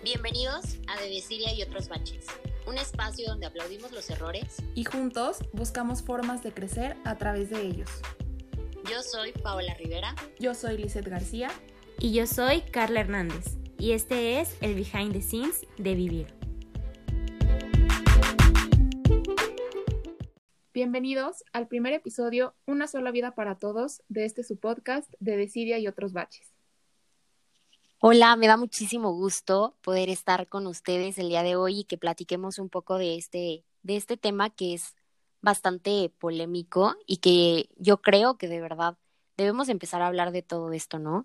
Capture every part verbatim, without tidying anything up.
Bienvenidos a De Desidia y otros baches, un espacio donde aplaudimos los errores y juntos buscamos formas de crecer a través de ellos. Yo soy Paola Rivera. Yo soy Lizeth García. Y yo soy Carla Hernández. Y este es el Behind the Scenes de Vivir. Bienvenidos al primer episodio Una sola vida para todos de este su podcast de Desidia y otros baches. Hola, me da muchísimo gusto poder estar con ustedes el día de hoy y que platiquemos un poco de este, de este tema que es bastante polémico y que yo creo que de verdad debemos empezar a hablar de todo esto, ¿no?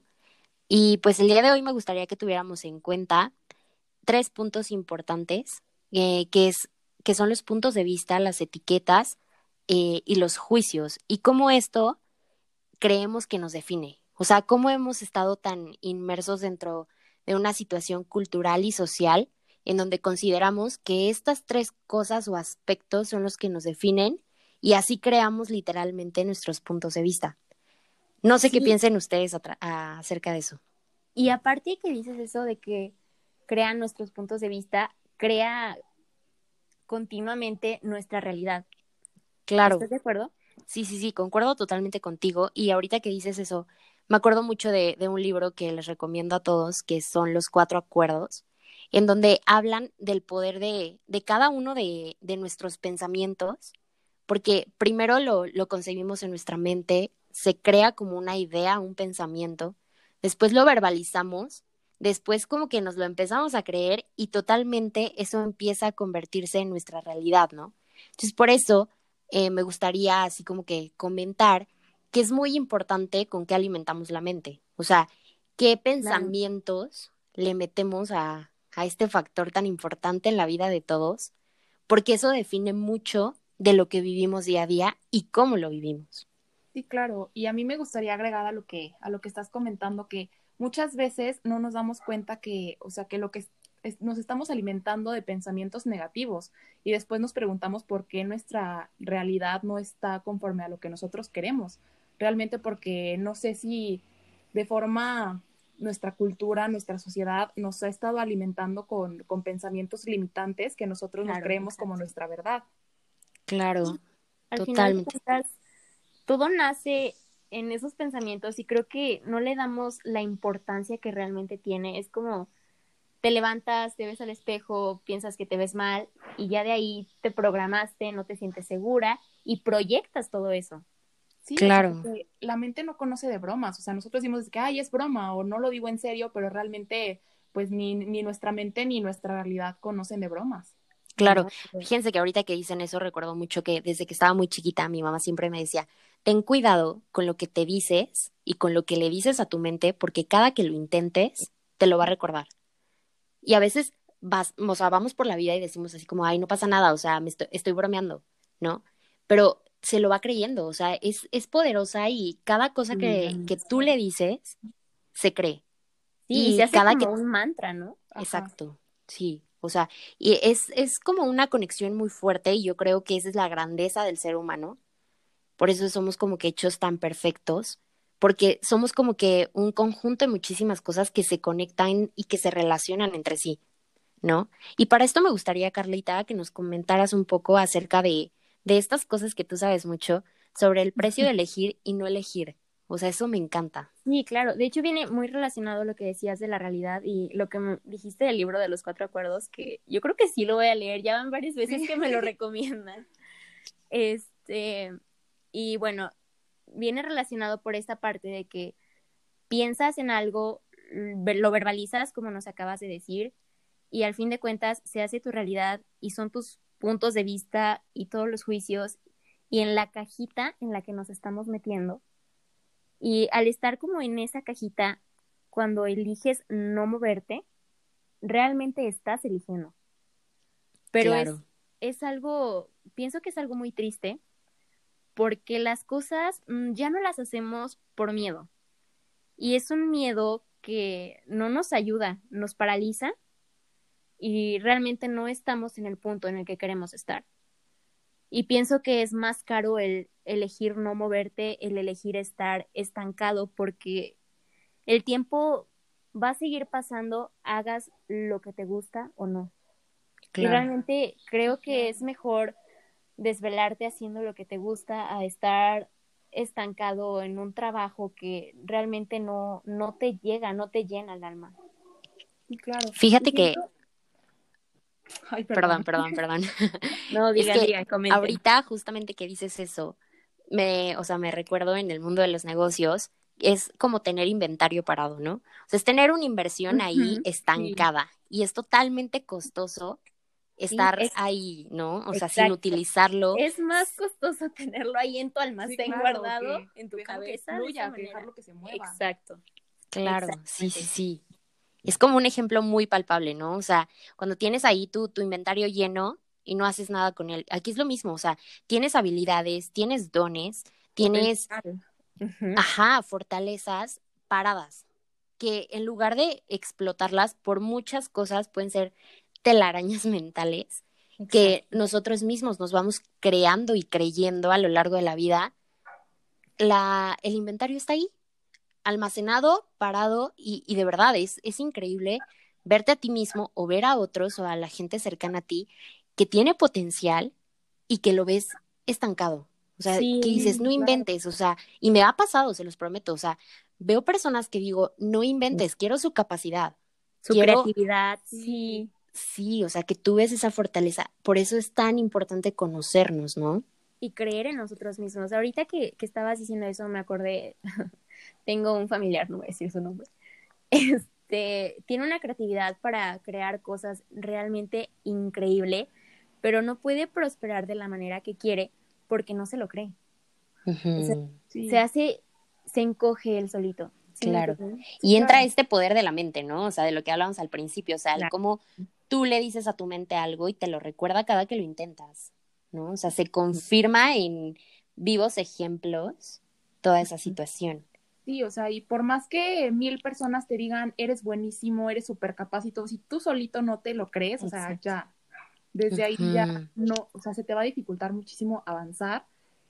Y pues el día de hoy me gustaría que tuviéramos en cuenta tres puntos importantes, eh, que es, que son los puntos de vista, las etiquetas eh, y los juicios, y cómo esto creemos que nos define. O sea, cómo hemos estado tan inmersos dentro de una situación cultural y social en donde consideramos que estas tres cosas o aspectos son los que nos definen y así creamos literalmente nuestros puntos de vista. No sé Sí. qué piensen ustedes atra- acerca de eso. Y aparte que dices eso de que crean nuestros puntos de vista, crea continuamente nuestra realidad. Claro. ¿Estás de acuerdo? Sí, sí, sí, concuerdo totalmente contigo. Y ahorita que dices eso, me acuerdo mucho de, de un libro que les recomiendo a todos, que son Los Cuatro Acuerdos, en donde hablan del poder de, de cada uno de, de nuestros pensamientos, porque primero lo, lo concebimos en nuestra mente, se crea como una idea, un pensamiento, después lo verbalizamos, después como que nos lo empezamos a creer y totalmente eso empieza a convertirse en nuestra realidad, ¿no? Entonces, por eso eh, me gustaría así como que comentar que es muy importante con qué alimentamos la mente. O sea, qué pensamientos le metemos a, a este factor tan importante en la vida de todos, porque eso define mucho de lo que vivimos día a día y cómo lo vivimos. Sí, claro. Y a mí me gustaría agregar a lo que, a lo que estás comentando, que muchas veces no nos damos cuenta que, o sea, que lo que es, es- nos estamos alimentando de pensamientos negativos y después nos preguntamos por qué nuestra realidad no está conforme a lo que nosotros queremos. Realmente porque no sé si de forma nuestra cultura, nuestra sociedad nos ha estado alimentando con, con pensamientos limitantes que nosotros nos Claro, creemos exacto. como nuestra verdad. Claro, Al final de totalmente. cuentas, todo nace en esos pensamientos y creo que no le damos la importancia que realmente tiene. Es como te levantas, te ves al espejo, piensas que te ves mal y ya de ahí te programaste, no te sientes segura y proyectas todo eso. Sí, o sea, Claro, porque la mente no conoce de bromas, o sea, nosotros decimos que, ay, es broma, o no lo digo en serio, pero realmente, pues, ni, ni nuestra mente ni nuestra realidad conocen de bromas. claro. No, pues, Fíjense que ahorita que dicen eso, recuerdo mucho que desde que estaba muy chiquita, mi mamá siempre me decía, ten cuidado con lo que te dices y con lo que le dices a tu mente, porque cada que lo intentes, te lo va a recordar. Y a veces vas, o sea, vamos por la vida y decimos así como, ay, no pasa nada, o sea, me estoy, estoy bromeando, ¿no? Pero se lo va creyendo, o sea, es, es poderosa y cada cosa que, que tú le dices, se cree. sí, y se Y hace cada como que, un mantra, ¿no? Ajá. exacto, sí, o sea, y es, es como una conexión muy fuerte y yo creo que esa es la grandeza del ser humano. Por eso somos como que hechos tan perfectos, porque somos como que un conjunto de muchísimas cosas que se conectan y que se relacionan entre sí, ¿no? Y para esto me gustaría, Carlita, que nos comentaras un poco acerca de, de estas cosas que tú sabes mucho sobre el precio de elegir y no elegir. O sea, eso me encanta. Sí, claro. De hecho, viene muy relacionado lo que decías de la realidad y lo que me dijiste del libro de los cuatro acuerdos, que yo creo que sí lo voy a leer. Ya van varias veces Sí. que me lo recomiendan. Este, y bueno, viene relacionado por esta parte de que piensas en algo, ver- lo verbalizas, como nos acabas de decir, y al fin de cuentas se hace tu realidad y son tus puntos de vista y todos los juicios y en la cajita en la que nos estamos metiendo. Y al estar como en esa cajita, cuando eliges no moverte, realmente estás eligiendo. Pero es, Claro, es algo, pienso que es algo muy triste porque las cosas mm, ya no las hacemos por miedo. Y es un miedo que no nos ayuda, nos paraliza y realmente no estamos en el punto en el que queremos estar. Y pienso que es más caro el elegir no moverte, el elegir estar estancado porque el tiempo va a seguir pasando, hagas lo que te gusta o no. Claro. Y realmente creo que es mejor desvelarte haciendo lo que te gusta a estar estancado en un trabajo que realmente no, no te llega, no te llena el alma. Sí, claro. Fíjate Y que... siento- Ay, Perdón, perdón. perdón, perdón. No, Es digan, que digan, comenten. ahorita justamente que dices eso, me, o sea, me recuerdo en el mundo de los negocios, es como tener inventario parado, ¿no? O sea, es tener una inversión ahí Ujú, sí, estancada y es totalmente costoso Sí, estar es ahí, ¿no? O sea, sin exacto. utilizarlo. Es más costoso tenerlo ahí en tu sí, almacén claro, guardado, que en tu dejarlo que cabeza, de esa fluya, que manera. dejarlo que se mueva. Exacto, Claro, sí, sí, exactamente. sí. Es como un ejemplo muy palpable, ¿no? O sea, cuando tienes ahí tu, tu inventario lleno y no haces nada con él. Aquí es lo mismo, o sea, tienes habilidades, tienes dones, tienes, Potencial. Ujú. ajá, fortalezas paradas, que en lugar de explotarlas por muchas cosas pueden ser telarañas mentales que Exacto. nosotros mismos nos vamos creando y creyendo a lo largo de la vida. La, el inventario está ahí, almacenado, parado y, y de verdad es, es increíble verte a ti mismo o ver a otros o a la gente cercana a ti que tiene potencial y que lo ves estancado. O sea, que Sí, dices, Sí, no claro. inventes, o sea, y me ha pasado, se los prometo, o sea, veo personas que digo, no inventes, quiero su capacidad, su quiero, creatividad, Sí. sí. sí, o sea, que tú ves esa fortaleza. Por eso es tan importante conocernos, ¿no? Y creer en nosotros mismos. Ahorita que, que estabas diciendo eso, me acordé, tengo un familiar, no voy a decir su nombre, este, tiene una creatividad para crear cosas realmente increíble, pero no puede prosperar de la manera que quiere porque no se lo cree. O sea, Ujú, se Sí, hace, se encoge él solito. ¿Sí me claro. entienden? sí, Y entra claro. este poder de la mente, ¿no? O sea, de lo que hablábamos al principio, o sea, el Claro. cómo tú le dices a tu mente algo y te lo recuerda cada que lo intentas, ¿no? O sea, se confirma en vivos ejemplos toda esa situación. Sí, o sea, y por más que mil personas te digan, eres buenísimo, eres súper capaz y todo, si tú solito no te lo crees, o sea, Exacto. ya, desde ahí ya Ujú, no, o sea, se te va a dificultar muchísimo avanzar.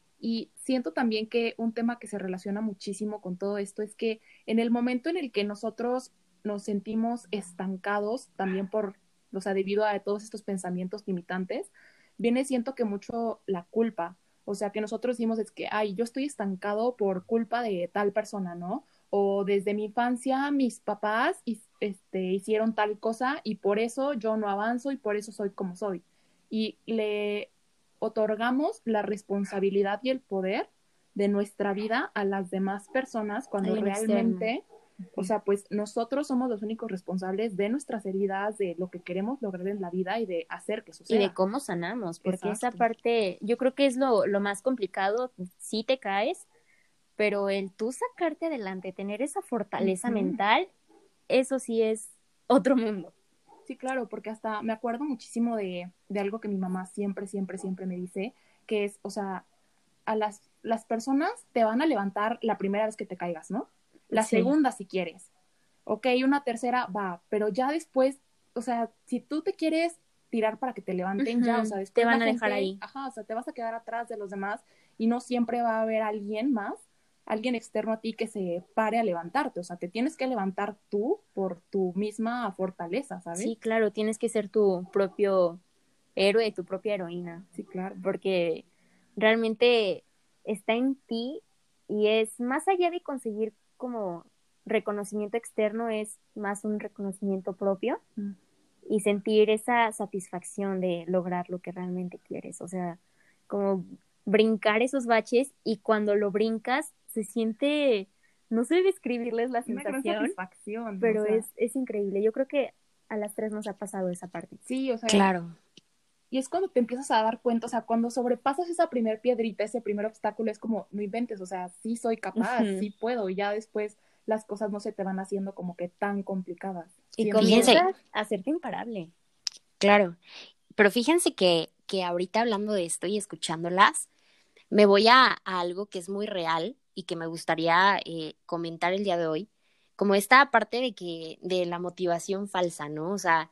Y siento también que un tema que se relaciona muchísimo con todo esto es que en el momento en el que nosotros nos sentimos estancados, también por, o sea, debido a todos estos pensamientos limitantes, viene siento que mucho la culpa. O sea, que nosotros decimos es que, ay, yo estoy estancado por culpa de tal persona, ¿no? O desde mi infancia mis papás este, hicieron tal cosa y por eso yo no avanzo y por eso soy como soy. Y le otorgamos la responsabilidad y el poder de nuestra vida a las demás personas cuando Alguien externo. realmente, o sea, pues nosotros somos los únicos responsables de nuestras heridas, de lo que queremos lograr en la vida y de hacer que Y suceda. de cómo sanamos, porque esa Exacto. parte, yo creo que es lo, lo más complicado, sí te caes, pero el tú sacarte adelante, tener esa fortaleza Ujú. mental, eso sí es otro mundo. Sí, claro, porque hasta me acuerdo muchísimo de, de algo que mi mamá siempre, siempre, siempre me dice, que es, o sea, a las, las personas te van a levantar la primera vez que te caigas, ¿no? La Sí. segunda si quieres. Ok, una tercera va, pero ya después, o sea, si tú te quieres tirar para que te levanten, ya, o Ujú. sea, Te después la van a dejar gente, ahí. ajá, o sea, te vas a quedar atrás de los demás y no siempre va a haber alguien más, alguien externo a ti que se pare a levantarte, o sea, te tienes que levantar tú por tu misma fortaleza, ¿sabes? Sí, claro, tienes que ser tu propio héroe, tu propia heroína, Sí, claro. porque realmente está en ti y es más allá de conseguir como reconocimiento externo, es más un reconocimiento propio Mm. y sentir esa satisfacción de lograr lo que realmente quieres, o sea, como brincar esos baches y cuando lo brincas se siente, no sé describirles la Una gran sensación, satisfacción, o pero sea, es, es increíble. Yo creo que a las tres nos ha pasado esa parte. sí, o sea, claro. y es cuando te empiezas a dar cuenta, o sea, cuando sobrepasas esa primer piedrita, ese primer obstáculo, es como, no inventes, o sea, sí soy capaz, Ujú. sí puedo, y ya después las cosas no se te van haciendo como que tan complicadas. Y Siento yo. Fíjense, comienzas a hacerte imparable. claro, pero fíjense que, que ahorita hablando de esto y escuchándolas, me voy a, a algo que es muy real y que me gustaría eh, comentar el día de hoy, como esta parte de que, de la motivación falsa, ¿no? O sea,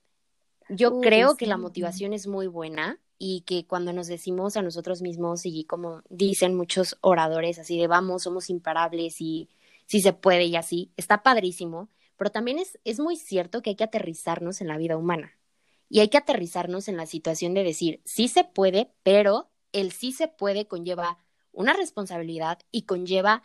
yo Uy, creo que sí. la motivación es muy buena y que cuando nos decimos a nosotros mismos y como dicen muchos oradores así de vamos, somos imparables y si se puede y así, está padrísimo, pero también es, es muy cierto que hay que aterrizarnos en la vida humana y hay que aterrizarnos en la situación de decir, sí se puede, pero el sí se puede conlleva una responsabilidad y conlleva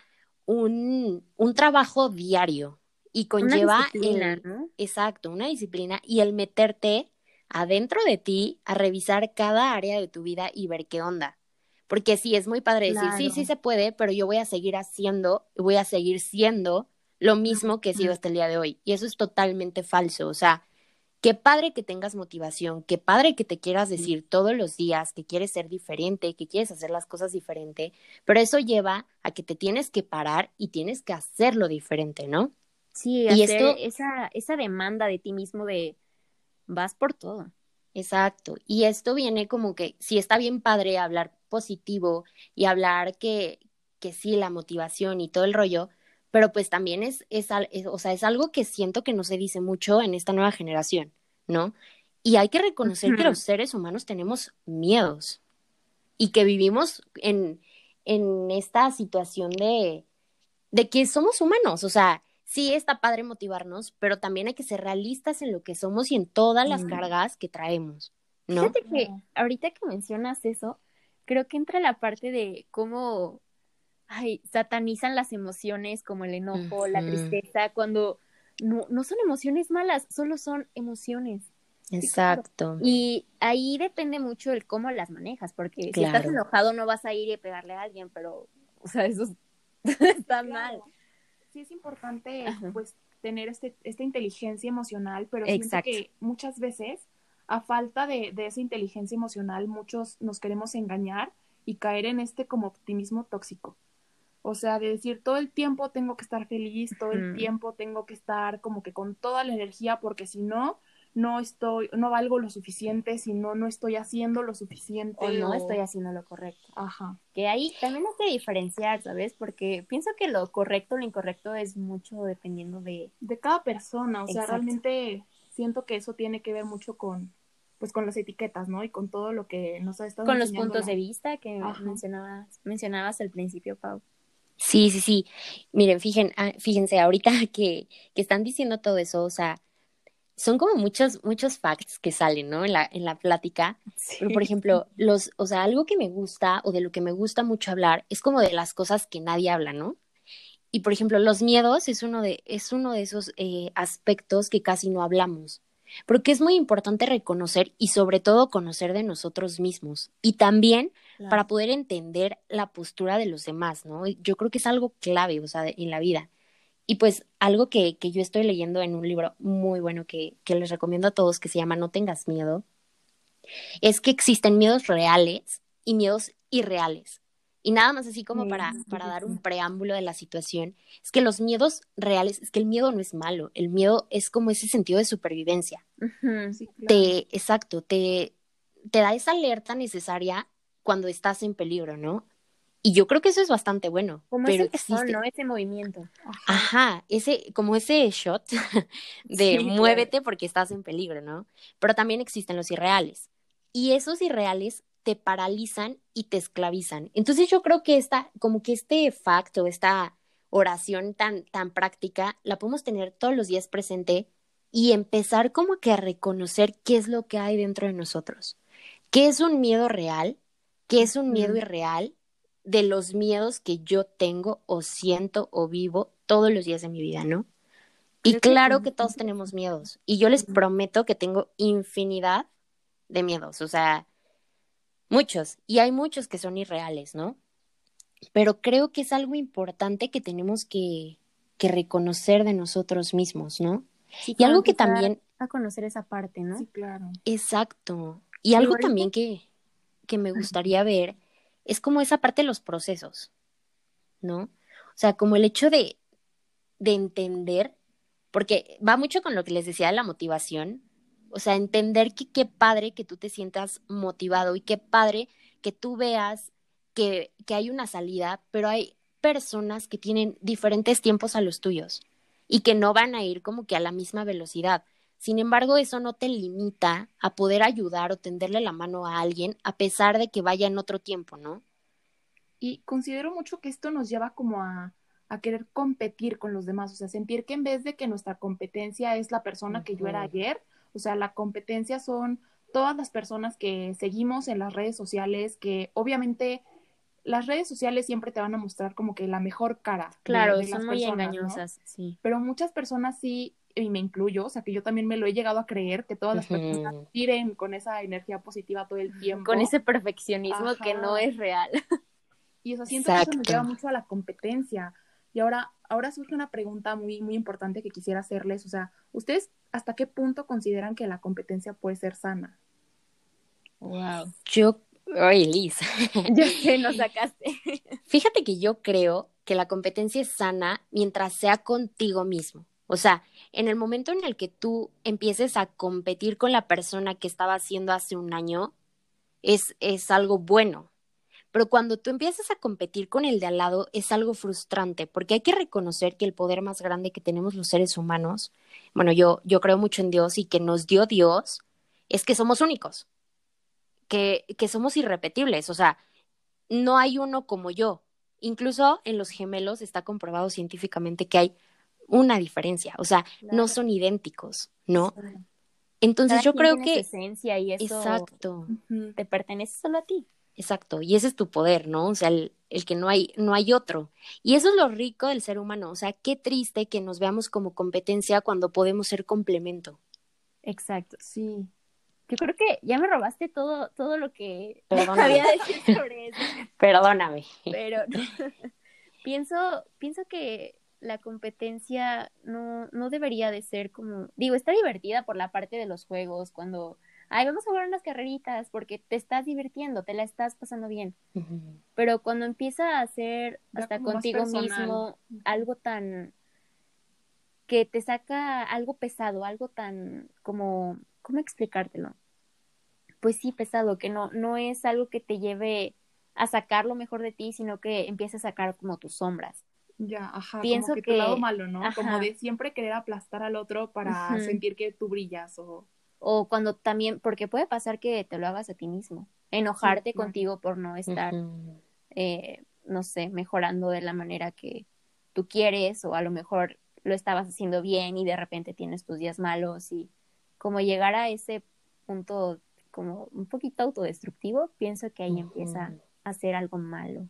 un, un trabajo diario y Una conlleva disciplina, el, ¿no? exacto, una disciplina y el meterte adentro de ti a revisar cada área de tu vida y ver qué onda. Porque sí, es muy padre decir, sí, sí Claro. se puede, pero yo voy a seguir haciendo, voy a seguir siendo lo mismo que he sido hasta el día de hoy. Y eso es totalmente falso. O sea, qué padre que tengas motivación, qué padre que te quieras decir todos los días que quieres ser diferente, que quieres hacer las cosas diferente, pero eso lleva a que te tienes que parar y tienes que hacerlo diferente, ¿no? Sí, Y hacer esto, esa, esa demanda de ti mismo de vas por todo. exacto, y esto viene como que sí está bien padre hablar positivo y hablar que, que sí, la motivación y todo el rollo, pero pues también es, es, al- es- o sea, es algo que siento que no se dice mucho en esta nueva generación, ¿no? Y hay que reconocer que Ujú. los seres humanos tenemos miedos y que vivimos en, en esta situación de, de que somos humanos, o sea, sí está padre motivarnos, pero también hay que ser realistas en lo que somos y en todas las Mm. cargas que traemos, ¿no? Fíjate que ahorita que mencionas eso, creo que entra la parte de cómo, ay, satanizan las emociones como el enojo, la Ujú, tristeza, cuando no, no son emociones malas, solo son emociones. Sí, claro. exacto, Y ahí depende mucho el cómo las manejas, porque si estás claro. enojado no vas a ir y pegarle a alguien, pero, o sea, eso es- está mal. Claro. Sí es importante, Ajá, pues, tener este, esta inteligencia emocional, pero siento exacto. que muchas veces, a falta de, de esa inteligencia emocional, muchos nos queremos engañar y caer en este como optimismo tóxico. O sea, de decir todo el tiempo tengo que estar feliz, todo el Ujú. tiempo tengo que estar como que con toda la energía, porque si no, no estoy, no valgo lo suficiente, si no, no estoy haciendo lo O suficiente no o... estoy haciendo lo correcto. Ajá. Que ahí también hay que diferenciar, ¿sabes? Porque pienso que lo correcto o lo incorrecto es mucho dependiendo de... De cada persona, o sea, Exacto. realmente siento que eso tiene que ver mucho con, pues con las etiquetas, ¿no? Y con todo lo que nos ha estado Con los enseñando puntos la... de vista que Ajá. mencionabas, mencionabas al principio, Pau. Sí, sí, sí. Miren, fijen, ah, fíjense, ahorita que, que están diciendo todo eso, o sea, son como muchos, muchos facts que salen, ¿no? En la, en la plática. Pero, por Sí. ejemplo, los, o sea, algo que me gusta o de lo que me gusta mucho hablar es como de las cosas que nadie habla, ¿no? Y, por ejemplo, los miedos es uno de, es uno de esos eh, aspectos que casi no hablamos, porque es muy importante reconocer y sobre todo conocer de nosotros mismos y también Claro. para poder entender la postura de los demás, ¿no? Yo creo que es algo clave, o sea, de- en la vida. Y pues algo que, que yo estoy leyendo en un libro muy bueno que, que les recomiendo a todos, que se llama No tengas miedo, es que existen miedos reales y miedos irreales. Y nada más así como Sí, para, sí, para sí, dar un sí. preámbulo de la situación, es que los miedos reales, es que el miedo no es malo, el miedo es como ese sentido de supervivencia. Ujú. Sí, claro. Te, exacto, te, te da esa alerta necesaria cuando estás en peligro, ¿no? Y yo creo que eso es bastante bueno, Como ese pero empezón, existe, ¿no? Ese movimiento. Ajá. ajá, ese, como ese shot de Sí, claro. muévete porque estás en peligro, ¿no? Pero también existen los irreales. Y esos irreales te paralizan y te esclavizan. Entonces yo creo que esta, como que este facto, esta oración tan, tan práctica, la podemos tener todos los días presente y empezar como que a reconocer qué es lo que hay dentro de nosotros. ¿Qué es un miedo real? ¿Qué es un miedo Mm. irreal? De los miedos que yo tengo o siento o vivo todos los días de mi vida, ¿no? Y Creo que claro sí. que todos tenemos miedos. Y yo les prometo que tengo infinidad de miedos, o sea, muchos. Y hay muchos que son irreales, ¿no? Pero creo que es algo importante que tenemos que, que reconocer de nosotros mismos, ¿no? Sí, Y como algo que empezar también, a conocer esa parte, ¿no? Sí, claro. exacto. Y Digo, algo ahorita. también que, que me gustaría ver es como esa parte de los procesos, ¿no? O sea, como el hecho de, de entender, porque va mucho con lo que les decía de la motivación, o sea, entender que qué padre que tú te sientas motivado y qué padre que tú veas que, que hay una salida, pero hay personas que tienen diferentes tiempos a los tuyos y que no van a ir como que a la misma velocidad. Sin embargo, eso no te limita a poder ayudar o tenderle la mano a alguien a pesar de que vaya en otro tiempo, ¿no? Y considero mucho que esto nos lleva como a, a querer competir con los demás, o sea, sentir que en vez de que nuestra competencia es la persona uh-huh. que yo era ayer, o sea, la competencia son todas las personas que seguimos en las redes sociales, que obviamente las redes sociales siempre te van a mostrar como que la mejor cara claro, de, de son las muy personas, engañosas, ¿no? sí. Pero muchas personas sí, y me incluyo, o sea, que yo también me lo he llegado a creer, que todas las uh-huh. personas tiren con esa energía positiva todo el tiempo. Con ese perfeccionismo Ajá. que no es real. Y o sea, siento Exacto. que eso nos lleva mucho a la competencia. Y ahora, ahora surge una pregunta muy, muy importante que quisiera hacerles, o sea, ¿ustedes hasta qué punto consideran que la competencia puede ser sana? Wow. Yo, ay, Liz. Yo sé, nos sacaste. Fíjate que yo creo que la competencia es sana mientras sea contigo mismo. O sea, en el momento en el que tú empieces a competir con la persona que estaba haciendo hace un año, es, es algo bueno. Pero cuando tú empiezas a competir con el de al lado, es algo frustrante, porque hay que reconocer que el poder más grande que tenemos los seres humanos, bueno, yo, yo creo mucho en Dios y que nos dio Dios, es que somos únicos. Que, que somos irrepetibles, o sea, no hay uno como yo. Incluso en los gemelos está comprobado científicamente que hay una diferencia, o sea, claro. no son idénticos, ¿no? Sí. Entonces Cada yo quien creo tiene que... su esencia y eso Exacto. te pertenece solo a ti. Exacto, y ese es tu poder, ¿no? O sea, el, el que no hay, no hay otro. Y eso es lo rico del ser humano, o sea, qué triste que nos veamos como competencia cuando podemos ser complemento. Exacto, sí. Yo creo que ya me robaste todo, todo lo que Perdóname. había decir sobre eso. Perdóname. Pero no. pienso, pienso que la competencia no, no debería de ser como, digo, está divertida por la parte de los juegos, cuando, ay, vamos a jugar unas carreritas, porque te estás divirtiendo, te la estás pasando bien. Uh-huh. Pero cuando empieza a ser hasta contigo mismo algo tan, que te saca algo pesado, algo tan como, ¿cómo explicártelo? Pues sí, pesado, que no, no es algo que te lleve a sacar lo mejor de ti, sino que empieza a sacar como tus sombras. Ya, ajá, Pienso como que, que tu lado malo, ¿no? Ajá. Como de siempre querer aplastar al otro para uh-huh. sentir que tú brillas o... O cuando también, porque puede pasar que te lo hagas a ti mismo, enojarte sí, contigo por no estar, uh-huh. eh, no sé, mejorando de la manera que tú quieres, o a lo mejor lo estabas haciendo bien y de repente tienes tus días malos, y como llegar a ese punto como un poquito autodestructivo, pienso que ahí uh-huh. empieza a ser algo malo.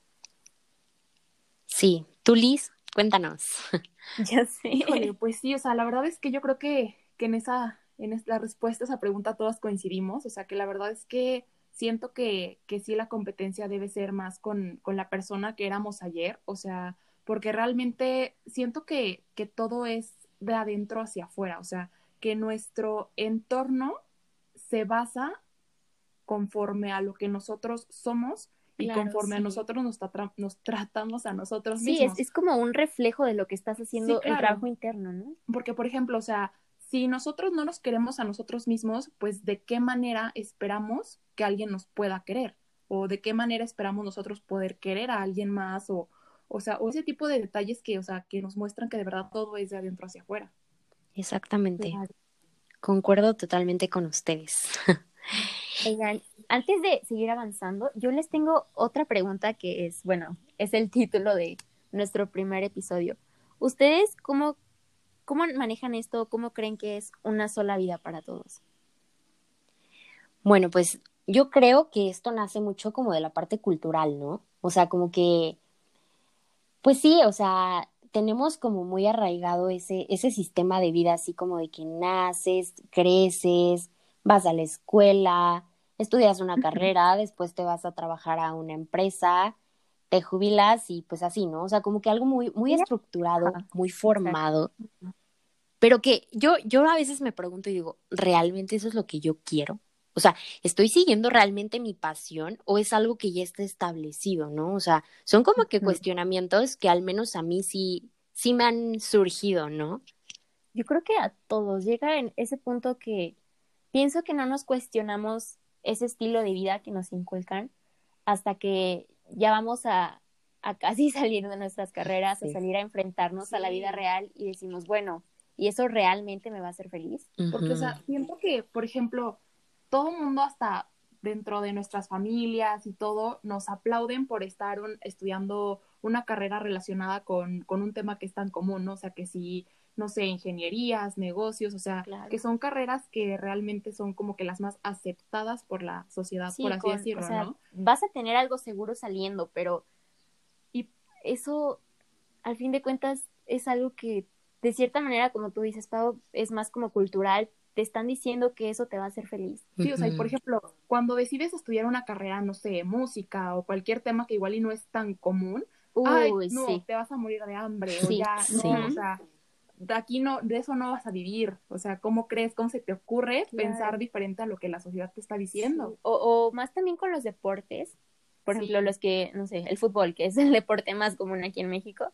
Sí, tú, Liz, cuéntanos. Ya sé. Híjole, pues sí, o sea, la verdad es que yo creo que, que en esa, en la respuesta a esa pregunta todas coincidimos, o sea, que la verdad es que siento que, que sí la competencia debe ser más con, con la persona que éramos ayer, o sea, porque realmente siento que, que todo es de adentro hacia afuera, o sea, que nuestro entorno se basa conforme a lo que nosotros somos y claro, conforme sí. a nosotros nos, tra- nos tratamos a nosotros sí, mismos. Sí, es, es como un reflejo de lo que estás haciendo, sí, claro. el trabajo interno, ¿no? Porque, por ejemplo, o sea, si nosotros no nos queremos a nosotros mismos, pues ¿de qué manera esperamos que alguien nos pueda querer? O ¿de qué manera esperamos nosotros poder querer a alguien más? O, o sea, o ese tipo de detalles que, o sea, que nos muestran que de verdad todo es de adentro hacia afuera. Exactamente. Claro. Concuerdo totalmente con ustedes. Oigan, antes de seguir avanzando, yo les tengo otra pregunta que es, bueno, es el título de nuestro primer episodio. ¿Ustedes cómo, cómo manejan esto? ¿Cómo creen que es una sola vida para todos? Bueno, pues yo creo que esto nace mucho como de la parte cultural, ¿no? O sea, como que, pues sí, o sea, tenemos como muy arraigado ese, ese sistema de vida, así como de que naces, creces, vas a la escuela, estudias una carrera, después te vas a trabajar a una empresa, te jubilas y pues así, ¿no? O sea, como que algo muy, muy estructurado, muy formado, pero que yo, yo a veces me pregunto y digo, ¿realmente eso es lo que yo quiero? O sea, ¿estoy siguiendo realmente mi pasión o es algo que ya está establecido, ¿no? O sea, son como que cuestionamientos que al menos a mí sí, sí me han surgido, ¿no? Yo creo que a todos llega en ese punto que pienso que no nos cuestionamos ese estilo de vida que nos inculcan hasta que ya vamos a, a casi salir de nuestras carreras, sí. a salir a enfrentarnos sí. a la vida real y decimos, bueno, ¿y eso realmente me va a hacer feliz? Uh-huh. Porque, o sea, siento que, por ejemplo, todo el mundo hasta dentro de nuestras familias y todo, nos aplauden por estar un, estudiando una carrera relacionada con, con un tema que es tan común, ¿no? O sea, que si, no sé, ingenierías, negocios, o sea, Claro. que son carreras que realmente son como que las más aceptadas por la sociedad, Sí, por así con, decirlo, o sea, ¿no? vas a tener algo seguro saliendo, pero y eso, al fin de cuentas, es algo que, de cierta manera, como tú dices, Pau, es más como cultural, te están diciendo que eso te va a hacer feliz. Sí, o sea, y por ejemplo, cuando decides estudiar una carrera, no sé, música o cualquier tema que igual y no es tan común, ay, Uy, no, sí. te vas a morir de hambre o Sí, ya, sí. no, o sea, de aquí no, de eso no vas a vivir, o sea, ¿cómo crees, cómo se te ocurre Claro. pensar diferente a lo que la sociedad te está Sí. diciendo? O, o más también con los deportes, por ejemplo, Sí. los que, no sé, el fútbol, que es el deporte más común aquí en México,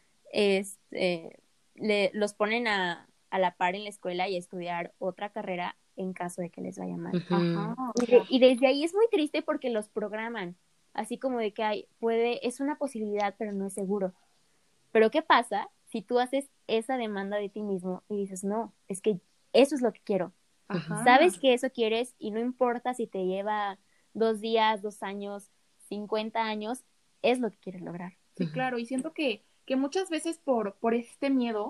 este, le, los ponen a, a la par en la escuela y a estudiar otra carrera en caso de que les vaya mal. Ujú. Ajá, o Y, sea, de- y desde ahí es muy triste porque los programan, así como de que hay, puede, es una posibilidad, pero no es seguro. Pero ¿qué pasa si tú haces esa demanda de ti mismo y dices, no, es que eso es lo que quiero? ajá. Sabes que eso quieres y no importa si te lleva dos días, dos años, cincuenta años, es lo que quieres lograr. Sí, Ujú. claro, y siento que, que muchas veces por, por este miedo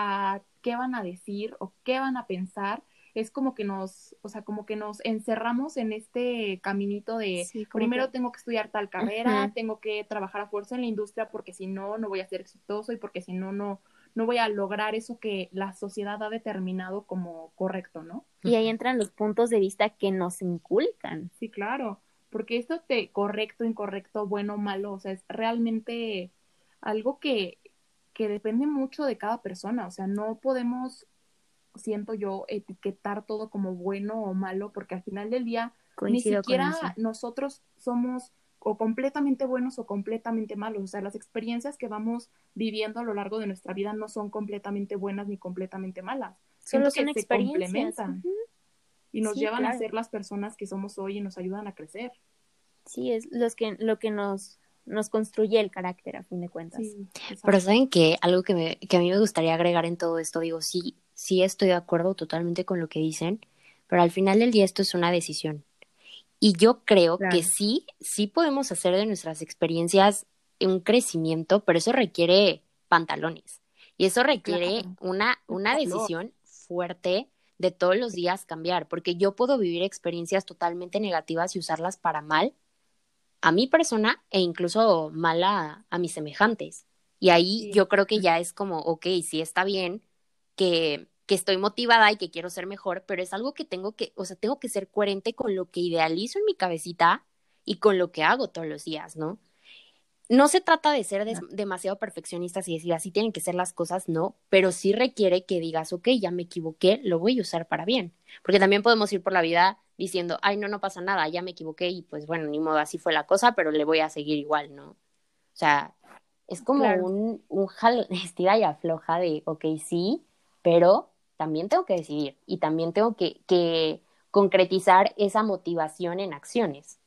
a qué van a decir o qué van a pensar, es como que nos, o sea, como que nos encerramos en este caminito de Sí, como primero que... tengo que estudiar tal carrera, Ujú. tengo que trabajar a fuerza en la industria porque si no, no voy a ser exitoso y porque si no, no, no voy a lograr eso que la sociedad ha determinado como correcto, ¿no? Y ahí entran los puntos de vista que nos inculcan. Sí, claro, porque esto de correcto, incorrecto, bueno, malo, o sea, es realmente algo que, que depende mucho de cada persona, o sea, no podemos, siento yo, etiquetar todo como bueno o malo, porque al final del día ni Coincido con siquiera eso. nosotros somos o completamente buenos o completamente malos, o sea, las experiencias que vamos viviendo a lo largo de nuestra vida no son completamente buenas ni completamente malas, Solo siento que son se experiencias. complementan Ujú. y nos Sí, llevan a claro. ser las personas que somos hoy y nos ayudan a crecer. Sí, es los que, lo que nos, nos construye el carácter, a fin de cuentas. Sí, Pero exacto. saben que algo que, me, que a mí me gustaría agregar en todo esto, digo, sí, sí estoy de acuerdo totalmente con lo que dicen, pero al final del día esto es una decisión. Y yo creo que Claro. sí, sí podemos hacer de nuestras experiencias un crecimiento, pero eso requiere pantalones. Y eso requiere Claro, una, mucho una valor. decisión fuerte de todos los días cambiar, porque yo puedo vivir experiencias totalmente negativas y usarlas para mal a mi persona e incluso mal a, a mis semejantes. Y ahí Sí, yo creo que ya es como, ok, sí está bien que, que estoy motivada y que quiero ser mejor, pero es algo que tengo que, o sea, tengo que ser coherente con lo que idealizo en mi cabecita y con lo que hago todos los días, ¿no? No se trata de ser des- demasiado perfeccionistas y decir así tienen que ser las cosas, no, pero sí requiere que digas, ok, ya me equivoqué, lo voy a usar para bien. Porque también podemos ir por la vida diciendo, ay, no, no pasa nada, ya me equivoqué y pues bueno, ni modo, así fue la cosa, pero le voy a seguir igual, ¿no? O sea, es como Claro. un, un jal, estira y afloja de, ok, sí, pero también tengo que decidir y también tengo que, que concretizar esa motivación en acciones.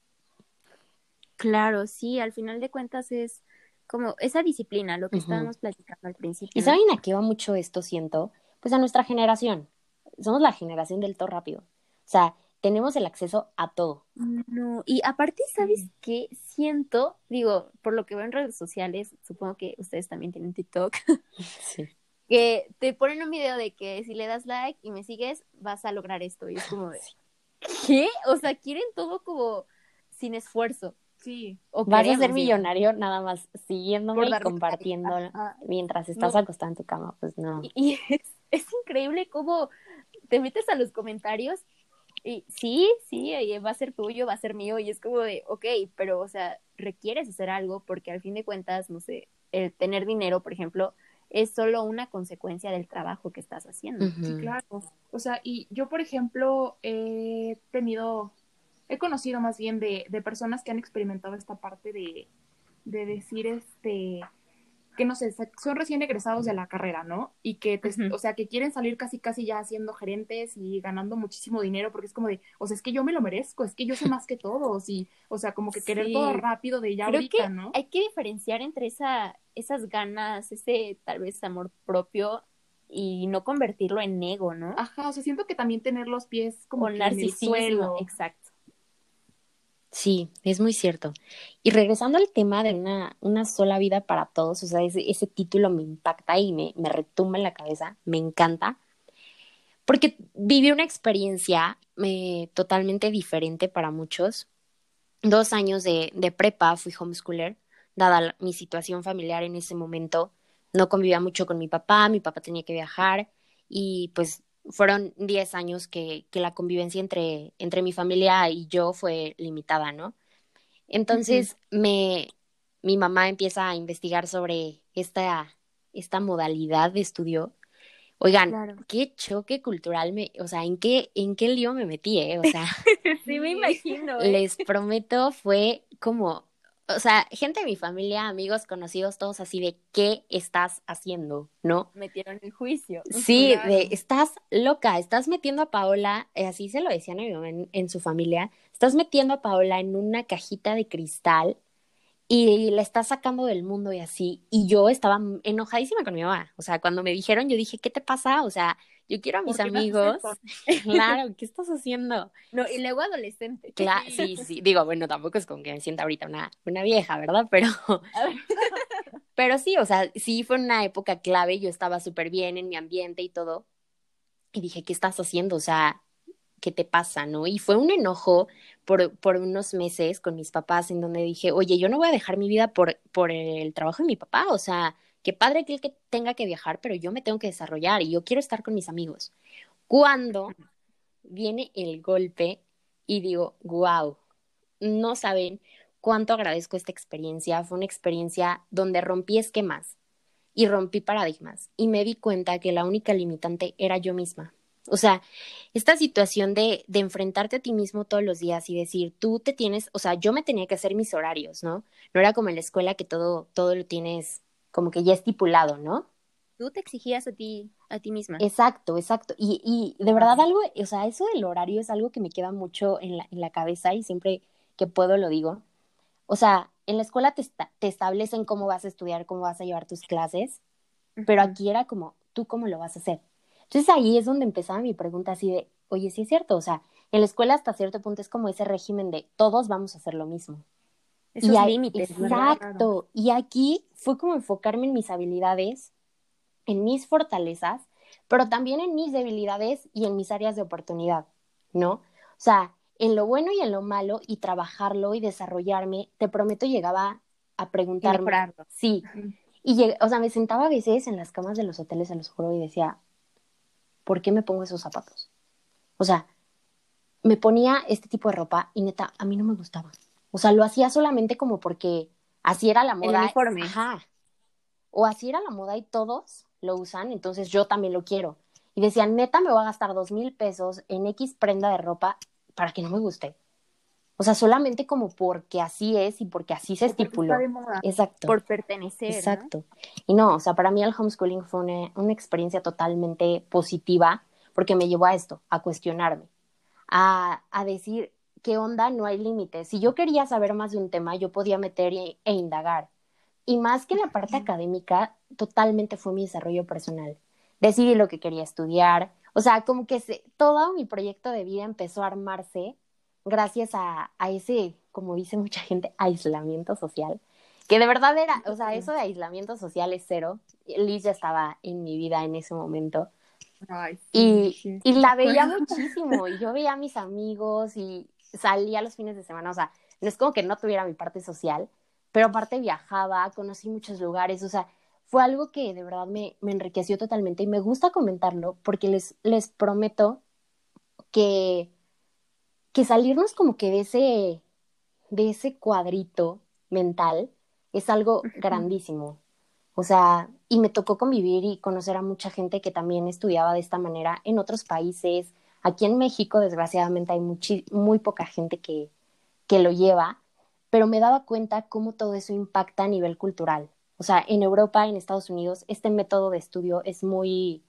Claro, sí, al final de cuentas es como esa disciplina, lo que Ujú. estábamos platicando al ¿Y principio, saben ¿no? a qué va mucho esto, siento? Pues a nuestra generación. Somos la generación del todo rápido. O sea, tenemos el acceso a todo. No, y aparte, ¿sabes sí, qué? Siento, digo, por lo que veo en redes sociales, supongo que ustedes también tienen TikTok, Sí. que te ponen un video de que si le das like y me sigues, vas a lograr esto. Y es como de, Sí. ¿qué? O sea, quieren todo como sin esfuerzo. sí, O Vas a ser queremos, digo, millonario nada más por siguiéndome y darme like. compartiendo Ajá. mientras estás no. acostada en tu cama. Pues no. Y, y es, es increíble cómo te metes a los comentarios y sí, sí, eh, va a ser tuyo, va a ser mío, y es como de, ok, pero, o sea, requieres hacer algo porque al fin de cuentas, no sé, el tener dinero, por ejemplo, es solo una consecuencia del trabajo que estás haciendo. Sí, Ujú. claro. O sea, y yo, por ejemplo, he tenido, he conocido más bien de, de personas que han experimentado esta parte de, de decir, este, que no sé, son recién egresados de la carrera, ¿no? Y que, te, Ujú. o sea, que quieren salir casi, casi ya siendo gerentes y ganando muchísimo dinero, porque es como de, o sea, es que yo me lo merezco, es que yo sé más que todos, y, o sea, como que querer todo Sí, rápido de ya creo que ahorita, ¿no? hay que diferenciar entre esa, esas ganas, ese tal vez amor propio y no convertirlo en ego, ¿no? Ajá, o sea, siento que también tener los pies O como que en el narcisismo, suelo. exacto. Sí, es muy cierto. Y regresando al tema de una, una sola vida para todos, o sea, ese, ese título me impacta y me, me retumba en la cabeza, me encanta, porque viví una experiencia eh, totalmente diferente para muchos. Dos años de, de prepa fui homeschooler, dada la- mi situación familiar en ese momento. No convivía mucho con mi papá, mi papá tenía que viajar y pues fueron diez años que, que la convivencia entre, entre mi familia y yo fue limitada, ¿no? Ujú. Entonces me, mi mamá empieza a investigar sobre esta, esta modalidad de estudio. Oigan, Claro. qué choque cultural me, o sea, ¿en qué, en qué lío me metí, eh? O sea, Sí, me Sí. imagino, ¿eh? les prometo, fue como, o sea, gente de mi familia, amigos, conocidos, todos así de, ¿qué estás haciendo? ¿No? Metieron el juicio. Sí, de, Claro. estás loca, estás metiendo a Paola, eh, así se lo decían a mi mamá en, en su familia, estás metiendo a Paola en una cajita de cristal y la está sacando del mundo y así. Y yo estaba m- enojadísima con mi mamá. O sea, cuando me dijeron, yo dije, ¿qué te pasa? O sea, yo quiero a mis ¿Por qué me haces esto? amigos. Claro, ¿qué estás haciendo? No, y luego adolescente. Claro, Sí. sí, sí. Digo, bueno, tampoco es como que me sienta ahorita una, una vieja, ¿verdad? Pero, A ver. pero sí, o sea, sí fue una época clave. Yo estaba súper bien en mi ambiente y todo. Y dije, ¿qué estás haciendo? O sea, ¿qué te pasa, no? Y fue un enojo por, por unos meses con mis papás en donde dije, oye, yo no voy a dejar mi vida por, por el trabajo de mi papá, o sea, qué padre que él que tenga que viajar, pero yo me tengo que desarrollar y yo quiero estar con mis amigos. Cuando viene el golpe y digo, wow, no saben cuánto agradezco esta experiencia, fue una experiencia donde rompí esquemas y rompí paradigmas y me di cuenta que la única limitante era yo misma. O sea, esta situación de, de enfrentarte a ti mismo todos los días y decir, tú te tienes, o sea, yo me tenía que hacer mis horarios, ¿no? No era como en la escuela que todo, todo lo tienes como que ya estipulado, ¿no? Tú te exigías a ti, a ti misma. Exacto, exacto. Y, y de verdad Wow. algo, o sea, eso del horario es algo que me queda mucho en la, en la cabeza y siempre que puedo lo digo. O sea, en la escuela te, esta- te establecen cómo vas a estudiar, cómo vas a llevar tus clases, pero Ujú. aquí era como, ¿tú cómo lo vas a hacer? Entonces ahí es donde empezaba mi pregunta así de, oye, sí es cierto, o sea, en la escuela hasta cierto punto es como ese régimen de todos vamos a hacer lo mismo. Y Esos hay, límites, ¿verdad? Claro. exacto, y aquí fue como enfocarme en mis habilidades, en mis fortalezas, pero también en mis debilidades y en mis áreas de oportunidad, ¿no? O sea, en lo bueno y en lo malo y trabajarlo y desarrollarme, te prometo llegaba a Y preguntarme, mejorarlo. sí, Ujú. y lleg- o sea, me sentaba a veces en las camas de los hoteles, se los juro, y decía, ¿por qué me pongo esos zapatos? O sea, me ponía este tipo de ropa y neta, a mí no me gustaba. O sea, lo hacía solamente como porque así era la El moda, uniforme. ajá, o así era la moda y todos lo usan, entonces yo también lo quiero. Y decían, neta, me voy a gastar dos mil pesos en X prenda de ropa para que no me guste. O sea, solamente como porque así es y porque así se O porque está estipuló. de moda. Exacto. Por pertenecer, ¿no? Exacto. Y no, o sea, para mí el homeschooling fue una, una experiencia totalmente positiva porque me llevó a esto, a cuestionarme, a, a decir, ¿qué onda? No hay límites. Si yo quería saber más de un tema, yo podía meter e, e indagar. Y más que en la parte académica, totalmente fue mi desarrollo personal. Decidí lo que quería estudiar. O sea, como que se, todo mi proyecto de vida empezó a armarse gracias a, a ese, como dice mucha gente, aislamiento social. Que de verdad era, o sea, eso de aislamiento social es cero. Liz ya estaba en mi vida en ese momento. Ay, sí, Y, sí, y estoy de la veía acuerdo. muchísimo. Y yo veía a mis amigos y salía los fines de semana. O sea, no es como que no tuviera mi parte social, pero aparte viajaba, conocí muchos lugares. O sea, fue algo que de verdad me, me enriqueció totalmente. Y me gusta comentarlo porque les, les prometo que, que salirnos como que de ese, de ese cuadrito mental es algo Ujú. grandísimo. O sea, y me tocó convivir y conocer a mucha gente que también estudiaba de esta manera en otros países. Aquí en México, desgraciadamente, hay muchi- muy poca gente que, que lo lleva, pero me daba cuenta cómo todo eso impacta a nivel cultural. O sea, en Europa, en Estados Unidos, este método de estudio es muy,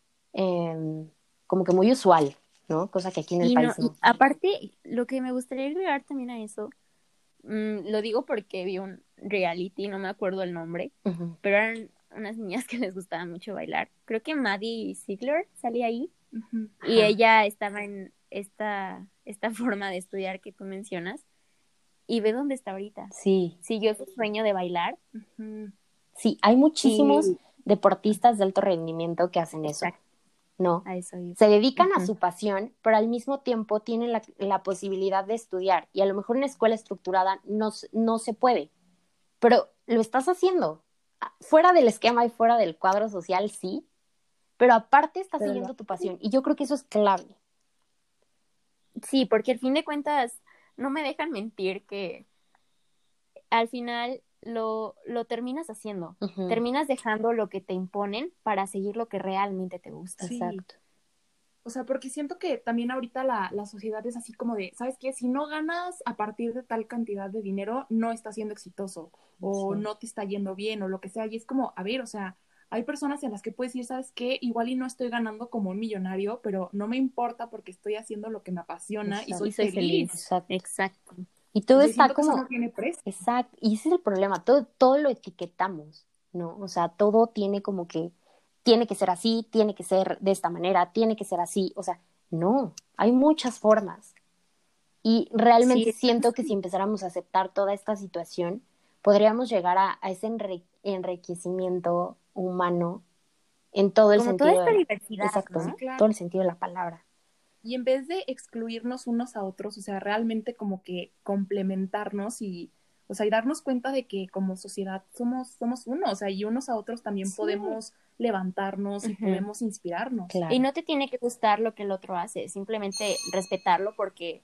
eh, como que muy usual, ¿no? Cosa que aquí en el Y no, país y no. aparte, lo que me gustaría agregar también a eso, mm, lo digo porque vi un reality, no me acuerdo el nombre, Ujú. pero eran unas niñas que les gustaba mucho bailar. Creo que Maddie Ziegler salía ahí Ujú. y Ajá. ella estaba en esta, esta forma de estudiar que tú mencionas. y ve dónde está ahorita. Sí. Siguió su sueño de bailar. Ujú. Sí, hay muchísimos Y- deportistas de alto rendimiento que hacen eso, Exacto, ¿no? a eso iba. Se dedican a Ujú. su pasión, pero al mismo tiempo tienen la, la posibilidad de estudiar y a lo mejor en una escuela estructurada no, s- no se puede, pero lo estás haciendo. Ah, fuera del esquema y fuera del cuadro social, sí, pero aparte estás Pero lo- siguiendo tu pasión y yo creo que eso es clave. Sí, porque al fin de cuentas no me dejan mentir que al final lo, lo terminas haciendo. Ujú. Terminas dejando lo que te imponen para seguir lo que realmente te gusta. Sí. Exacto. O sea, porque siento que también ahorita la, la sociedad es así como de, ¿sabes qué? Si no ganas a partir de tal cantidad de dinero, no estás siendo exitoso o Sí. no te está yendo bien o lo que sea. Y es como, a ver, o sea, hay personas en las que puedes decir, ¿sabes qué? Igual y no estoy ganando como un millonario, pero no me importa porque estoy haciendo lo que me apasiona y Exacto. soy, Y soy feliz. feliz. Exacto. Exacto. Y todo O sea, está siento que eso como, no tiene precio. exacto, y ese es el problema, todo, todo lo etiquetamos, ¿no? O sea, todo tiene como que, tiene que ser así, tiene que ser de esta manera, tiene que ser así, o sea, no, hay muchas formas. Y realmente Sí, siento que si empezáramos a aceptar toda esta situación, podríamos llegar a, a ese enre- enriquecimiento humano en todo el como toda sentido de esta la, diversidad, exacto, Sí, ¿no? claro. todo el sentido de la palabra. Y en vez de excluirnos unos a otros, o sea, realmente como que complementarnos y, o sea, y darnos cuenta de que como sociedad somos, somos uno, o sea, y unos a otros también Sí. podemos levantarnos y Ujú. podemos inspirarnos. Claro. Y no te tiene que gustar lo que el otro hace, simplemente respetarlo porque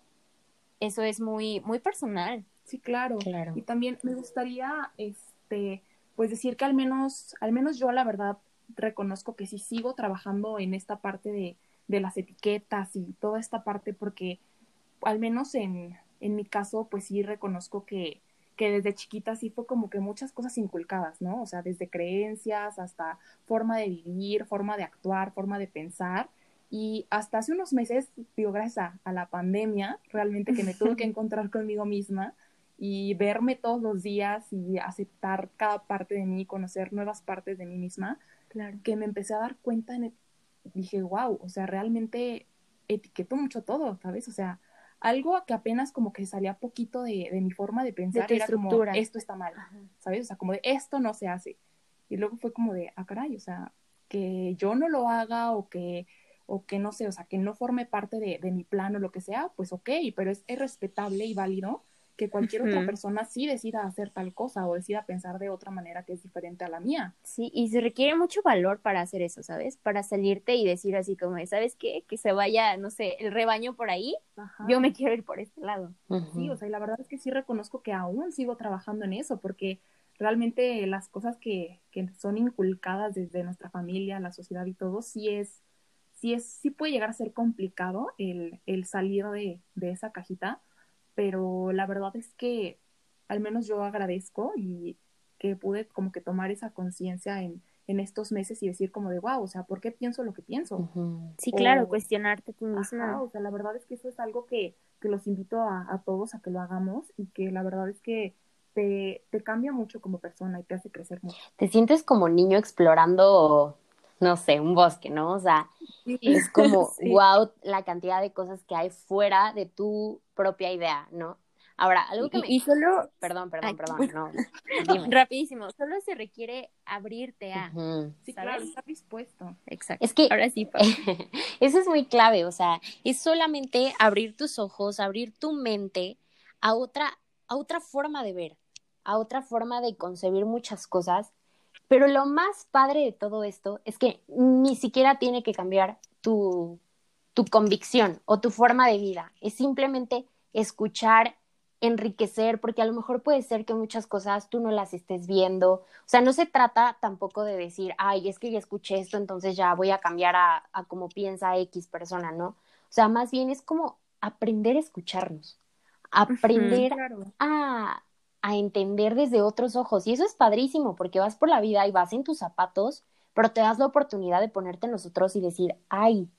eso es muy, muy personal. Sí, claro. Claro. Y también me gustaría, este, pues decir que al menos, al menos yo la verdad reconozco que sí sigo trabajando en esta parte de, de las etiquetas y toda esta parte porque al menos en, en mi caso, pues sí reconozco que, que desde chiquita sí fue como que muchas cosas inculcadas, ¿no? O sea, desde creencias hasta forma de vivir, forma de actuar, forma de pensar. Y hasta hace unos meses, digo, gracias a, a la pandemia, realmente que me tuve que encontrar conmigo misma y verme todos los días y aceptar cada parte de mí, conocer nuevas partes de mí misma, Claro. que me empecé a dar cuenta, en, dije, wow, o sea, realmente etiqueto mucho todo, ¿sabes? O sea, algo que apenas como que salía poquito de, de mi forma de pensar, De tu era como, estructura. esto está mal, Ajá. ¿sabes? O sea, como de, esto no se hace. Y luego fue como de, ah, caray, o sea, que yo no lo haga o que, o que no sé, o sea, que no forme parte de, de mi plan o lo que sea, pues ok, pero es, es respetable y válido que cualquier otra Ujú. persona sí decida hacer tal cosa o decida pensar de otra manera que es diferente a la mía. Sí, y se requiere mucho valor para hacer eso, ¿sabes? Para salirte y decir así como, ¿sabes qué? Que se vaya, no sé, el rebaño por ahí, Ajá. yo me quiero ir por este lado. Ujú. Sí, o sea, y la verdad es que sí reconozco que aún sigo trabajando en eso, porque realmente las cosas que, que son inculcadas desde nuestra familia, la sociedad y todo, sí es, sí es, sí puede llegar a ser complicado el, el salir de, de esa cajita, pero la verdad es que al menos yo agradezco y que pude como que tomar esa conciencia en, en estos meses y decir como de, wow, o sea, ¿por qué pienso lo que pienso? Ujú. Sí, O- claro, cuestionarte a ti Ajá, misma. o sea, la verdad es que eso es algo que, que los invito a, a todos a que lo hagamos y que la verdad es que te, te cambia mucho como persona y te hace crecer mucho. Te sientes como niño explorando, no sé, un bosque, ¿no? O sea, Sí, es como, Sí. wow, la cantidad de cosas que hay fuera de tu propia idea, ¿no? Ahora, algo que Y, me... y solo, Perdón, perdón, ay, perdón, no, no, dime. rapidísimo, solo se requiere abrirte a, Ujú. sí, ¿sabes? claro, estar dispuesto. Exacto. Es que Ahora sí, Pau. eso es muy clave, o sea, es solamente abrir tus ojos, abrir tu mente a otra, a otra forma de ver, a otra forma de concebir muchas cosas. Pero lo más padre de todo esto es que ni siquiera tiene que cambiar tu, tu convicción o tu forma de vida. Es simplemente escuchar, enriquecer, porque a lo mejor puede ser que muchas cosas tú no las estés viendo. O sea, no se trata tampoco de decir, ay, es que ya escuché esto, entonces ya voy a cambiar a, a cómo piensa X persona, ¿no? O sea, más bien es como aprender a escucharnos, Ujú. aprender Claro. a, a entender desde otros ojos. Y eso es padrísimo, porque vas por la vida y vas en tus zapatos, pero te das la oportunidad de ponerte en los otros y decir, ay,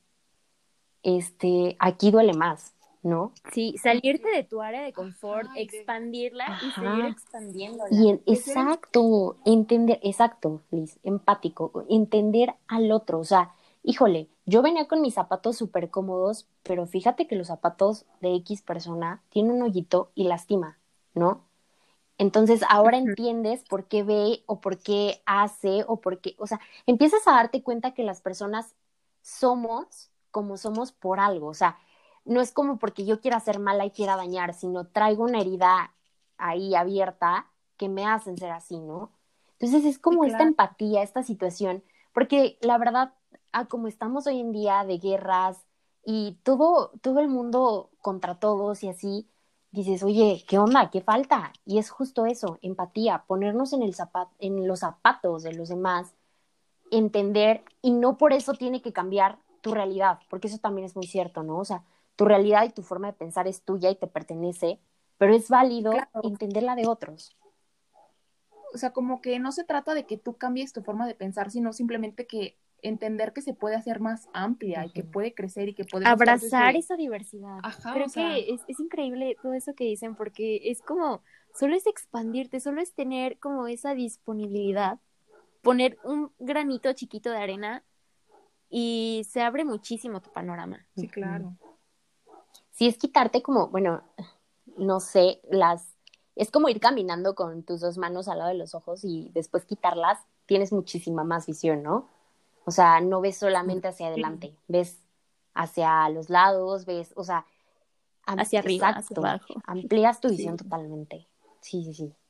este, aquí duele más, ¿no? Sí, salirte de tu área de confort, Ajá, y de, expandirla y seguir Ajá. expandiéndola. Y en, de ser exacto, entender, exacto, Liz, empático, entender al otro, o sea, híjole, yo venía con mis zapatos súper cómodos, pero fíjate que los zapatos de X persona tienen un hoyito y lastima, ¿no? Entonces ahora Ujú. entiendes por qué ve o por qué hace o por qué, o sea, empiezas a darte cuenta que las personas somos como somos por algo, o sea, no es como porque yo quiera ser mala y quiera dañar, sino traigo una herida ahí abierta que me hacen ser así, ¿no? Entonces es Sí, como esta claro, empatía, esta situación, porque la verdad, a como estamos hoy en día de guerras y todo, todo el mundo contra todos y así, dices, oye, ¿qué onda? ¿Qué falta? Y es justo eso, empatía, ponernos en, el zapat en los zapatos de los demás, entender, y no por eso tiene que cambiar tu realidad, porque eso también es muy cierto, ¿no? O sea, tu realidad y tu forma de pensar es tuya y te pertenece, pero es sí, válido claro. entender la de otros. O sea, como que no se trata de que tú cambies tu forma de pensar, sino simplemente que entender que se puede hacer más amplia y que Ujú. puede crecer y que podemos ser Abrazar desde, esa diversidad. ajá, o Creo sea, que es, es increíble todo eso que dicen porque es como, solo es expandirte, solo es tener como esa disponibilidad, poner un granito chiquito de arena y se abre muchísimo tu panorama. sí, Ujú. claro. Sí, es quitarte como, bueno, no sé, las, es como ir caminando con tus dos manos al lado de los ojos y después quitarlas, tienes muchísima más visión, ¿no? O sea, no ves solamente hacia Sí. adelante, ves hacia los lados, ves, o sea, am- Hacia arriba, hacia exacto, abajo. amplías tu Sí. visión totalmente. Sí, sí, sí.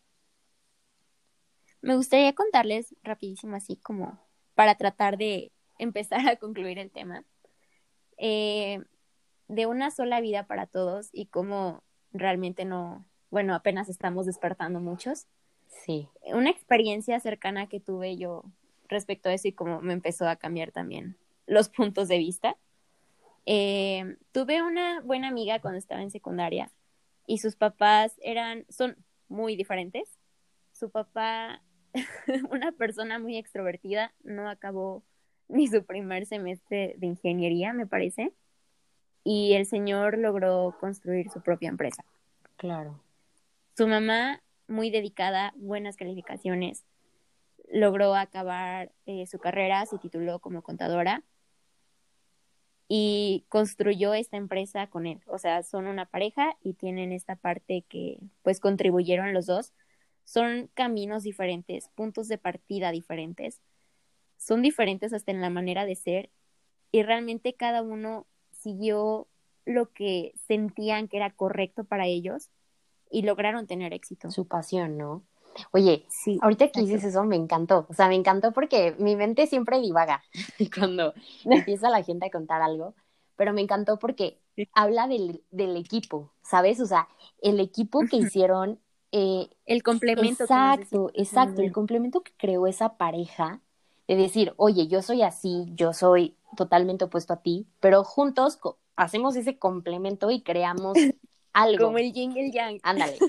Me gustaría contarles rapidísimo así como para tratar de empezar a concluir el tema, eh, de una sola vida para todos y cómo realmente no, bueno, apenas estamos despertando muchos. Sí, Una experiencia cercana que tuve yo respecto a eso y cómo me empezó a cambiar también los puntos de vista. Eh, tuve una buena amiga cuando estaba en secundaria y sus papás eran, son muy diferentes. Su papá, una persona muy extrovertida, no acabó ni su primer semestre de ingeniería, me parece, y el señor logró construir su propia empresa. claro. Su mamá, muy dedicada, buenas calificaciones, logró acabar eh, su carrera, se tituló como contadora y construyó esta empresa con él. O sea, son una pareja y tienen esta parte que pues contribuyeron los dos. Son caminos diferentes, puntos de partida diferentes, son diferentes hasta en la manera de ser y realmente cada uno siguió lo que sentían que era correcto para ellos y lograron tener éxito. Su pasión, ¿no? Oye, Sí, ahorita que dices exacto. eso me encantó, o sea, me encantó porque mi mente siempre divaga cuando empieza la gente a contar algo, pero me encantó porque habla del, del equipo, ¿sabes? O sea, el equipo que hicieron, eh, El complemento que exacto, necesitas muy exacto, el bien. complemento que creó esa pareja, de decir, oye, yo soy así, yo soy totalmente opuesto a ti, pero juntos co- hacemos ese complemento y creamos Como algo. el yin y el yang. Ándale.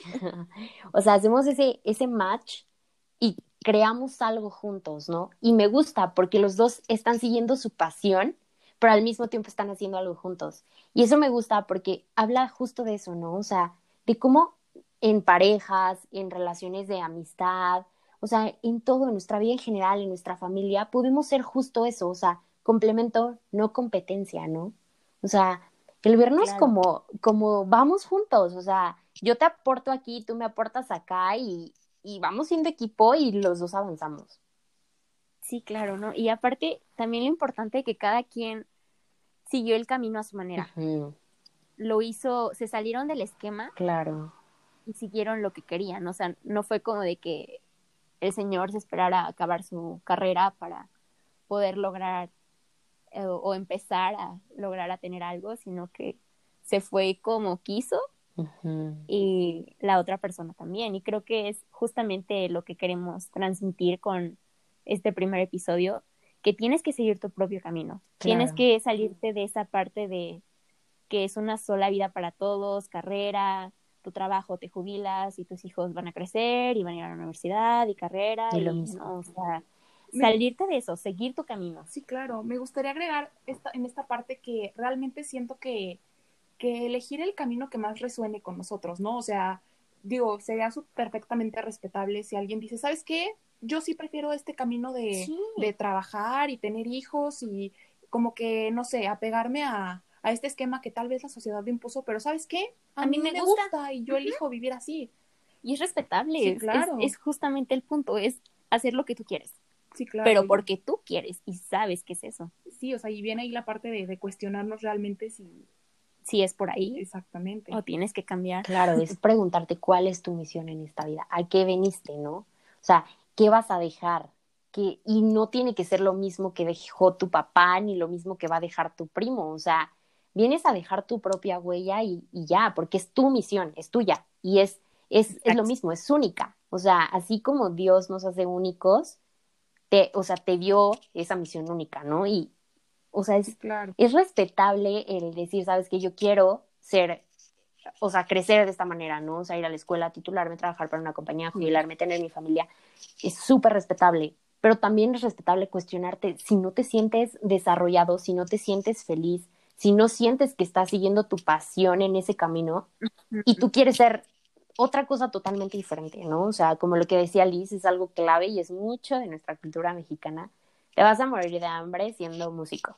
O sea, hacemos ese, ese match y creamos algo juntos, ¿no? Y me gusta porque los dos están siguiendo su pasión, pero al mismo tiempo están haciendo algo juntos. Y eso me gusta porque habla justo de eso, ¿no? O sea, de cómo en parejas, en relaciones de amistad, o sea, en todo, en nuestra vida en general, en nuestra familia, podemos ser justo eso, o sea, complemento, no competencia, ¿no? O sea, el vernos Claro. como, como vamos juntos, o sea, yo te aporto aquí, tú me aportas acá y, y vamos siendo equipo y los dos avanzamos. Sí, claro, ¿no? Y aparte, también lo importante es que cada quien siguió el camino a su manera. Ujú, Lo hizo, se salieron del esquema claro, y siguieron lo que querían. O sea, no fue como de que el señor se esperara a acabar su carrera para poder lograr eh, o empezar a lograr a tener algo, sino que se fue como quiso ujú, y la otra persona también. Y creo que es justamente lo que queremos transmitir con este primer episodio, que tienes que seguir tu propio camino. Tienes claro. que salirte de esa parte de que es una sola vida para todos, carrera, tu trabajo, te jubilas y tus hijos van a crecer y van a ir a la universidad y carrera Y lo y mismo. no, o sea, Me, salirte de eso, seguir tu camino. sí, claro. Me gustaría agregar esta, en esta parte que realmente siento que, que elegir el camino que más resuene con nosotros, ¿no? O sea, digo, sería su- perfectamente respetable si alguien dice, ¿sabes qué? Yo sí prefiero este camino de, Sí, de trabajar y tener hijos y como que, no sé, apegarme a, a este esquema que tal vez la sociedad me impuso, pero ¿sabes qué? A, a mí, mí me gusta. gusta y yo elijo vivir así. Y es respetable, sí, claro. es, es justamente el punto, es hacer lo que tú quieres. Sí, claro. Pero porque tú quieres y sabes qué es eso. Sí, o sea, y viene ahí la parte de, de cuestionarnos realmente si... si es por ahí. Exactamente. O tienes que cambiar. Claro, es preguntarte cuál es tu misión en esta vida, a qué veniste, ¿no? O sea, ¿qué vas a dejar? Que, y no tiene que ser lo mismo que dejó tu papá, ni lo mismo que va a dejar tu primo. O sea, vienes a dejar tu propia huella y, y ya, porque es tu misión, es tuya. Y es, es, es lo mismo, es única. O sea, así como Dios nos hace únicos, te, o sea, te dio esa misión única, ¿no? Y, o sea, es, sí, claro. es respetable el decir, ¿sabes qué? Yo quiero ser, o sea, crecer de esta manera, ¿no? O sea, ir a la escuela, titularme, trabajar para una compañía, jubilarme, tener mi familia. Es súper respetable, pero también es respetable cuestionarte si no te sientes desarrollado, si no te sientes feliz, si no sientes que estás siguiendo tu pasión en ese camino y tú quieres ser otra cosa totalmente diferente, ¿no? O sea, como lo que decía Liz, es algo clave y es mucho de nuestra cultura mexicana. Te vas a morir de hambre siendo músico.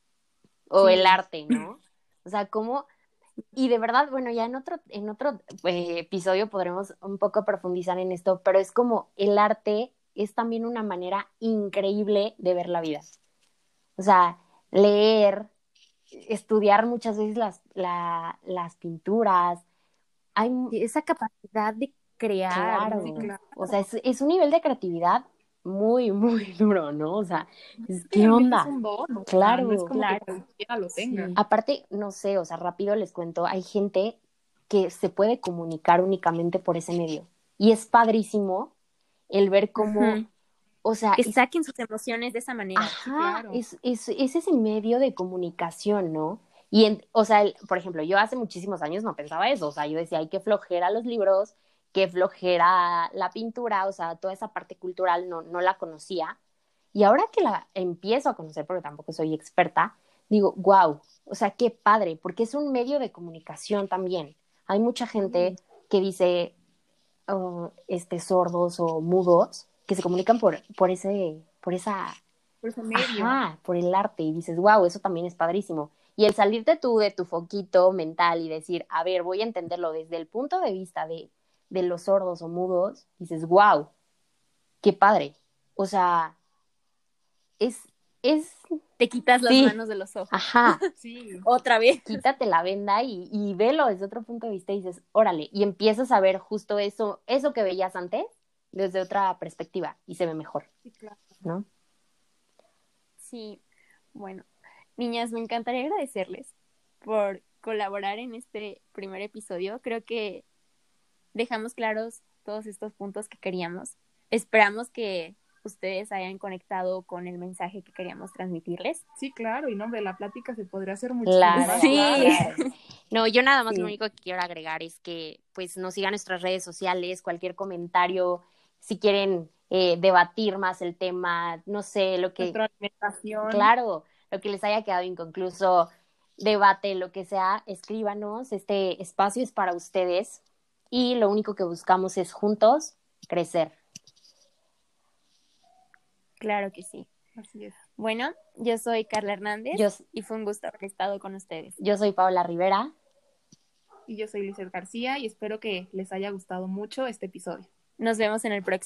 O sí. El arte, ¿no? O sea, cómo... Y de verdad, bueno, ya en otro, en otro eh, episodio podremos un poco profundizar en esto, pero es como el arte es también una manera increíble de ver la vida. O sea, leer, estudiar muchas veces las, la, las pinturas. Hay esa capacidad de crear. Claro, Sí, claro. O sea, es, es un nivel de creatividad muy, muy duro, ¿no? O sea, es, ¿qué onda? Es un don, claro, no es como claro. que cualquiera lo tenga. Sí. Aparte, no sé, o sea, rápido les cuento, hay gente que se puede comunicar únicamente por ese medio. Y es padrísimo el ver cómo, uh-huh. o sea... que es, saquen sus emociones de esa manera. Ajá, sí, claro. es, es, es ese medio de comunicación, ¿no? Y, en, o sea, el, por ejemplo, yo hace muchísimos años no pensaba eso, o sea, yo decía, ay, qué flojera los libros, qué flojera la pintura, o sea, toda esa parte cultural no, no la conocía. Y ahora que la empiezo a conocer, porque tampoco soy experta, digo, wow, o sea, qué padre, porque es un medio de comunicación también. Hay mucha gente que dice, uh, este, sordos o mudos, que se comunican por, por ese, por esa... Por ese medio. Ajá, por el arte, y dices, wow, eso también es padrísimo. Y el salirte tú de tu foquito mental y decir, a ver, voy a entenderlo desde el punto de vista de, de los sordos o mudos, dices, wow, qué padre. O sea, es... es... Te quitas las sí. manos de los ojos. Ajá. Sí. Otra vez. Quítate la venda y, y velo desde otro punto de vista y dices, órale, y empiezas a ver justo eso, eso que veías antes desde otra perspectiva y se ve mejor. Sí, claro. ¿No? Sí, bueno, niñas, me encantaría agradecerles por colaborar en este primer episodio. Creo que dejamos claros todos estos puntos que queríamos. Esperamos que ustedes hayan conectado con el mensaje que queríamos transmitirles. Sí, claro, y no, hombre, la plática se podría hacer muchísimo claro, más. Sí. Claro. No, yo nada más Sí. lo único que quiero agregar es que pues nos sigan en nuestras redes sociales, cualquier comentario, si quieren eh, debatir más el tema, no sé, lo que... Nuestra alimentación. Claro, lo que les haya quedado inconcluso, debate, lo que sea, escríbanos, este espacio es para ustedes y lo único que buscamos es juntos crecer. Claro que sí. Así es. Bueno, yo soy Carla Hernández yo, y fue un gusto haber estado con ustedes. Yo soy Paula Rivera. Y yo soy Lizeth García y espero que les haya gustado mucho este episodio. Nos vemos en el próximo.